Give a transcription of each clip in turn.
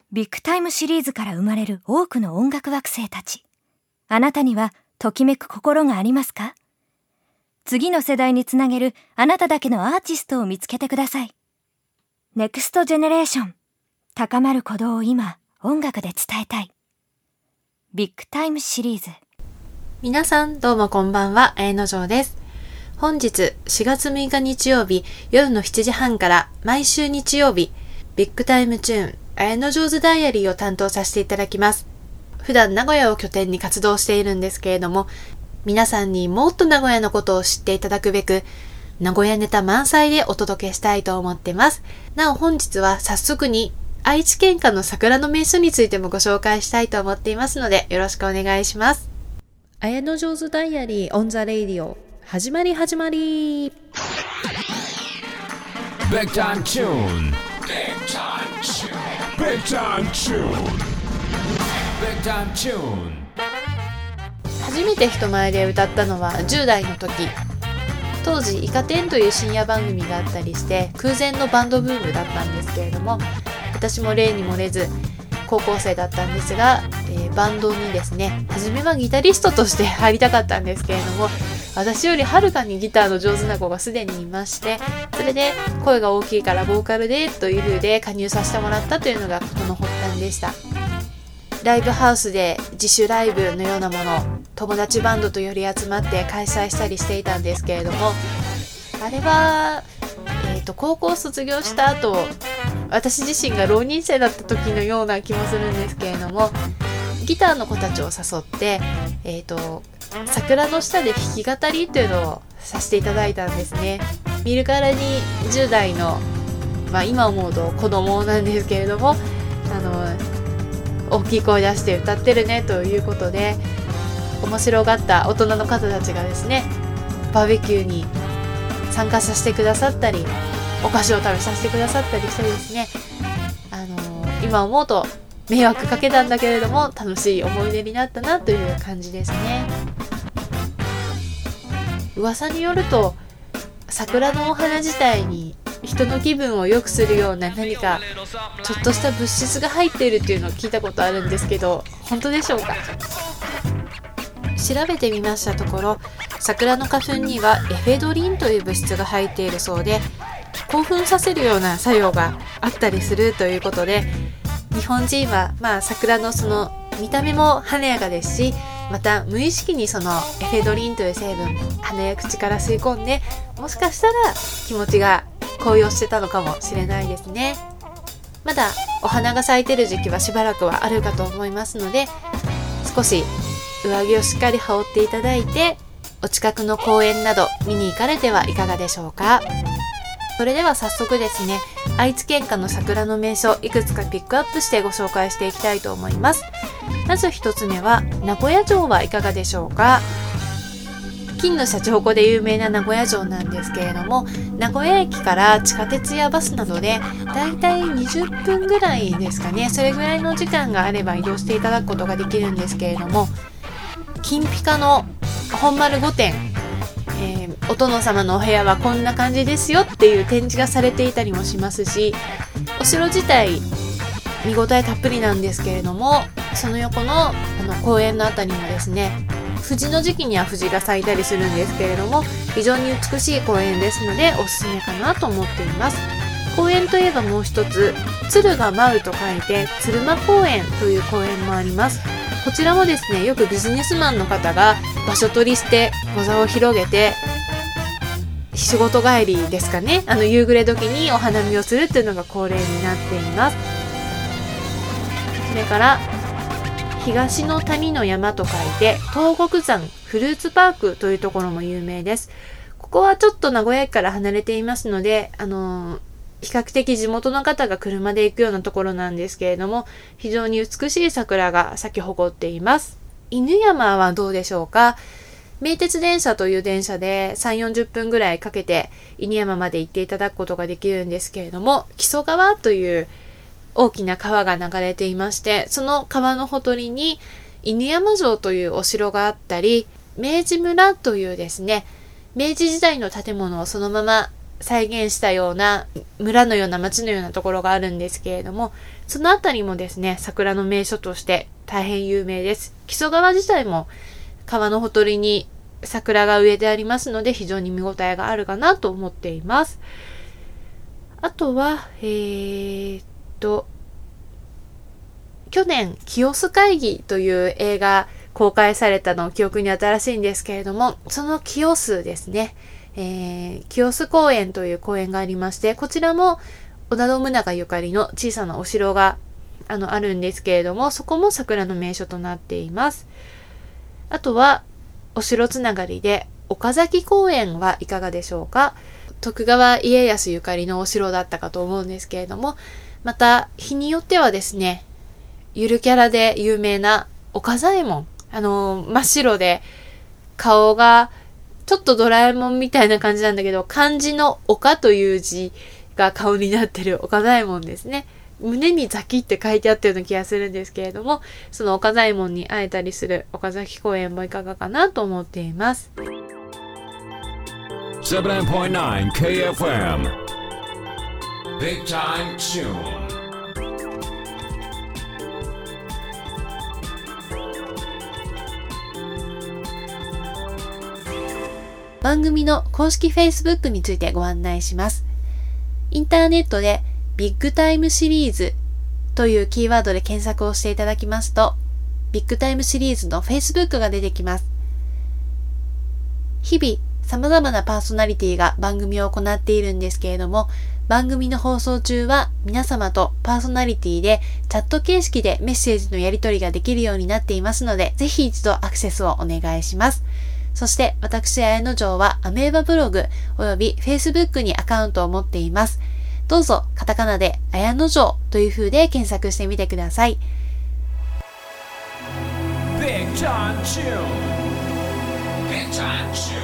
ビッグタイムシリーズから生まれる多くの音楽惑星たち。あなたにはときめく心がありますか？次の世代につなげるあなただけのアーティストを見つけてください。ネクストジェネレーション。高まる鼓動を今、音楽で伝えたい。ビッグタイムシリーズ。 皆さんどうもこんばんは、綾野城です。本日4月6日日曜日夜の7時半から毎週日曜日、ビッグタイムチューン、綾野城ズダイアリーを担当させていただきます。普段名古屋を拠点に活動しているんですけれども、皆さんにもっと名古屋のことを知っていただくべく、名古屋ネタ満載でお届けしたいと思ってます。なお本日は早速に愛知県下の桜の名所についてもご紹介したいと思っていますので、よろしくお願いします。綾野城ズダイアリーオンザレイディオ、始まりBig time tune. Big time tune. Big time tune. Big time tune. 初めて人前で歌ったのは10代の時。当時イカ天という深夜番組があったりして空前のバンドブームだったんですけれども、私も例に漏れず高校生だったんですが、バンドにですね、初めはギタリストとして入りたかったんですけれども、私よりはるかにギターの上手な子がすでにいまして、それで声が大きいからボーカルでという風で加入させてもらったというのがこの発端でした。ライブハウスで自主ライブのようなもの、友達バンドとより集まって開催したりしていたんですけれども、あれは、高校卒業した後、私自身が浪人生だった時のような気もするんですけれども、ギターの子たちを誘って、桜の下で弾き語りというのをさせていただいたんですね。見るからに10代の、今思うと子供なんですけれども、大きい声出して歌ってるねということで、面白がった大人の方たちがですね、バーベキューに参加させてくださったり、お菓子を食べさせてくださったりしてですね、今思うと迷惑かけたんだけれども楽しい思い出になったなという感じですね。噂によると桜のお花自体に人の気分を良くするような何かちょっとした物質が入っているっていうのを聞いたことあるんですけど、本当でしょうか？調べてみましたところ、桜の花粉にはエフェドリンという物質が入っているそうで、興奮させるような作用があったりするということで、日本人は桜のその見た目も華やかですし、また無意識にそのエフェドリンという成分、鼻や口から吸い込んで、もしかしたら気持ちが高揚してたのかもしれないですね。まだお花が咲いてる時期はしばらくはあるかと思いますので、少し上着をしっかり羽織っていただいて、お近くの公園など見に行かれてはいかがでしょうか。それでは早速ですね、愛知県下の桜の名所いくつかピックアップしてご紹介していきたいと思います。まず一つ目は名古屋城はいかがでしょうか。金のシャチホコで有名な名古屋城なんですけれども、名古屋駅から地下鉄やバスなどでだいたい20分ぐらいですかね、それぐらいの時間があれば移動していただくことができるんですけれども、金ピカの本丸御殿、お殿様のお部屋はこんな感じですよっていう展示がされていたりもしますし、お城自体見応えたっぷりなんですけれども、その横の公園のあたりもですね、藤の時期には藤が咲いたりするんですけれども、非常に美しい公園ですのでおすすめかなと思っています。公園といえばもう一つ、鶴が舞うと書いて鶴舞公園という公園もあります。こちらもですね、よくビジネスマンの方が場所取りしてご座を広げて、仕事帰りですかね、夕暮れ時にお花見をするっていうのが恒例になっています。それから東の谷の山と書いて東国山フルーツパークというところも有名です。ここはちょっと名古屋駅から離れていますので、比較的地元の方が車で行くようなところなんですけれども、非常に美しい桜が咲き誇っています。犬山はどうでしょうか。名鉄電車という電車で3、40分ぐらいかけて犬山まで行っていただくことができるんですけれども、木曽川という大きな川が流れていまして、その川のほとりに犬山城というお城があったり、明治村というですね、明治時代の建物をそのまま再現したような村のような町のようなところがあるんですけれども、そのあたりもですね、桜の名所として大変有名です。木曽川自体も川のほとりに桜が植えてありますので、非常に見応えがあるかなと思っています。あとは、去年、清須会議という映画公開されたの記憶に新しいんですけれども、その清須ですね、清須公園という公園がありまして、こちらも織田信長ゆかりの小さなお城があるんですけれども、そこも桜の名所となっています。あとはお城つながりで岡崎公園はいかがでしょうか。徳川家康ゆかりのお城だったかと思うんですけれども、また日によってはですね、ゆるキャラで有名な岡左衛門、真っ白で顔がちょっとドラえもんみたいな感じなんだけど、漢字の岡という字が顔になってる岡左衛門ですね。胸にザキって書いてあったような気がするんですけれども、その岡左衛門に会えたりする岡崎公園もいかがかなと思っています。 79.9 KFM Big Time Tune。 番組の公式 Facebook についてご案内します。インターネットでビッグタイムシリーズというキーワードで検索をしていただきますと、ビッグタイムシリーズの Facebook が出てきます。日々様々なパーソナリティが番組を行っているんですけれども、番組の放送中は皆様とパーソナリティでチャット形式でメッセージのやり取りができるようになっていますので、ぜひ一度アクセスをお願いします。そして私、綾野城はアメーバブログおよび Facebook にアカウントを持っています。どうぞカタカナで綾野城という風で検索してみてください。 Big Time Tune Big Time Tune。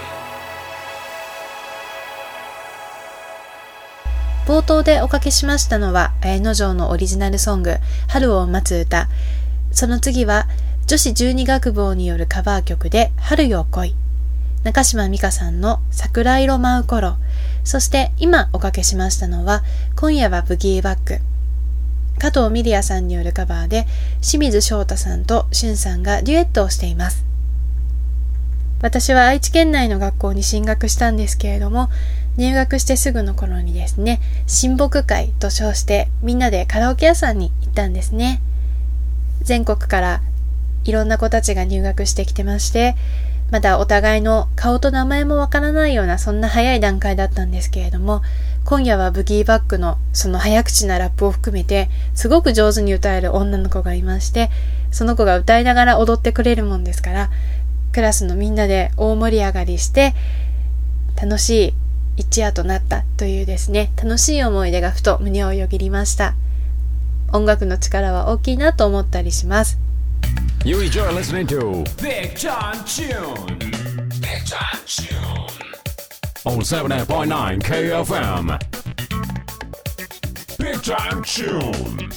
冒頭でおかけしましたのは綾野城のオリジナルソング春を待つ歌。その次は女子12学坊によるカバー曲で春よ来い、中島美嘉さんの桜色舞う頃、そして今おかけしましたのは今夜はブギーバック、加藤ミリアさんによるカバーで清水翔太さんとしゅんさんがデュエットをしています。私は愛知県内の学校に進学したんですけれども、入学してすぐの頃にですね、親睦会と称してみんなでカラオケ屋さんに行ったんですね。全国からいろんな子たちが入学してきてまして、まだお互いの顔と名前もわからないようなそんな早い段階だったんですけれども、今夜はブギーバックのその早口なラップを含めてすごく上手に歌える女の子がいまして、その子が歌いながら踊ってくれるもんですから、クラスのみんなで大盛り上がりして楽しい一夜となったというですね、楽しい思い出がふと胸をよぎりました。音楽の力は大きいなと思ったりします。 You enjoy listening to Big Time Tune Big Time Tune on 79.9 KFM Big Time Tune。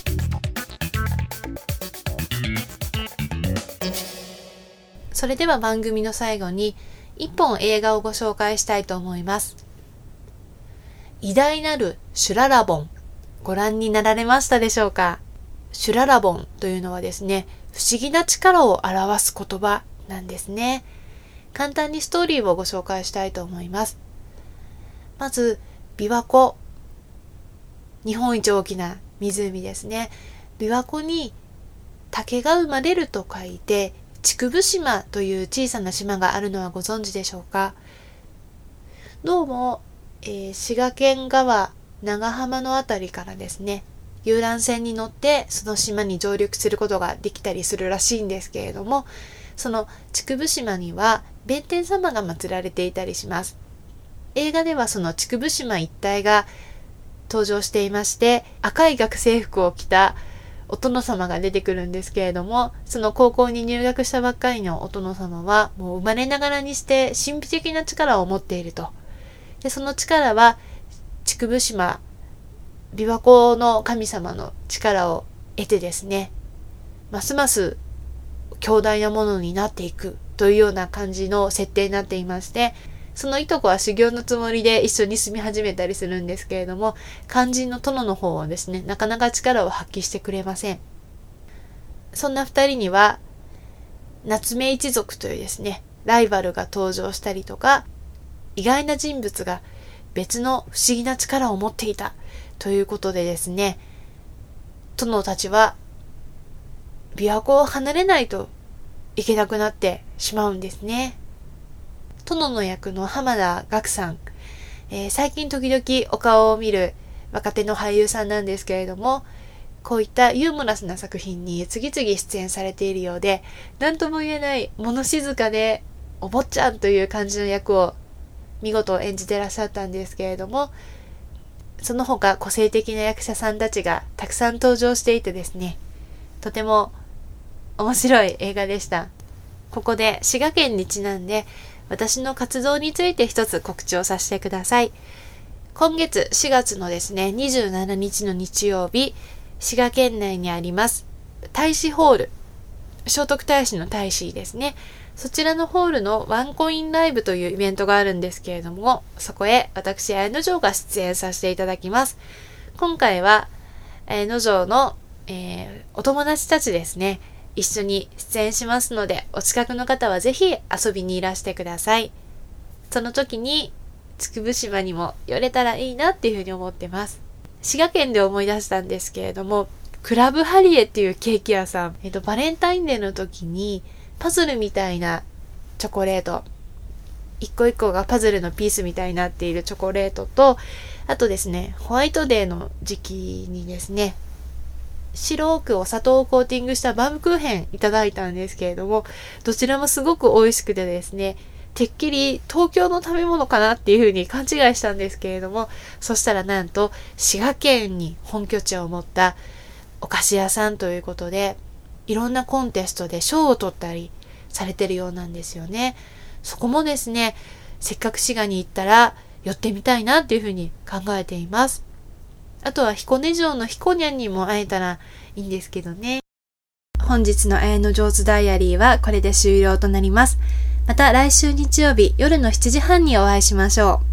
それでは番組の最後に一本映画をご紹介したいと思います。偉大なるシュララボン、ご覧になられましたでしょうか。シュララボンというのはですね、不思議な力を表す言葉なんですね。簡単にストーリーをご紹介したいと思います。まず、琵琶湖、日本一大きな湖ですね。琵琶湖に竹が生まれると書いて、竹生島という小さな島があるのはご存知でしょうか。どうも、滋賀県側、長浜のあたりからですね、遊覧船に乗ってその島に上陸することができたりするらしいんですけれども、その竹生島には弁天様が祀られていたりします。映画ではその竹生島一帯が登場していまして、赤い学生服を着たお殿様が出てくるんですけれども、その高校に入学したばっかりのお殿様はもう生まれながらにして神秘的な力を持っていると。で、その力は竹生島、琵琶湖の神様の力を得てですね、ますます強大なものになっていくというような感じの設定になっていまして、 そのいとこは修行のつもりで一緒に住み始めたりするんですけれども、肝心の殿の方はですね、なかなか力を発揮してくれません。そんな二人には夏目一族というですね、ライバルが登場したりとか、意外な人物が別の不思議な力を持っていたということでですね、殿たちは琵琶湖を離れないといけなくなってしまうんですね。殿の役の浜田岳さん、最近時々お顔を見る若手の俳優さんなんですけれども、こういったユーモラスな作品に次々出演されているようで、何とも言えない物静かでお坊ちゃんという感じの役を見事演じてらっしゃったんですけれども、その他個性的な役者さんたちがたくさん登場していてですね、とても面白い映画でした。ここで滋賀県にちなんで私の活動について一つ告知をさせてください。今月4月のですね、27日の日曜日、滋賀県内にあります大使ホール、聖徳太子の大使ですね、そちらのホールのワンコインライブというイベントがあるんですけれども、そこへ私綾野城が出演させていただきます。今回は綾野城の、お友達たちですね、一緒に出演しますので、お近くの方はぜひ遊びにいらしてください。その時につくぶ島にも寄れたらいいなっていうふうに思ってます。滋賀県で思い出したんですけれども、クラブハリエっていうケーキ屋さん、バレンタインデーの時にパズルみたいなチョコレート、一個一個がパズルのピースみたいになっているチョコレートと、あとですね、ホワイトデーの時期にですね、白くお砂糖をコーティングしたバームクーヘンいただいたんですけれども、どちらもすごく美味しくてですね、てっきり東京の食べ物かなっていう風に勘違いしたんですけれども、そしたらなんと滋賀県に本拠地を持ったお菓子屋さんということで、いろんなコンテストで賞を取ったりされてるようなんですよね。そこもですね、せっかく滋賀に行ったら寄ってみたいなっていう風に考えています。あとは彦根城の彦にゃんにも会えたらいいんですけどね。本日の綾野上手ダイアリーはこれで終了となります。また来週日曜日夜の7時半にお会いしましょう。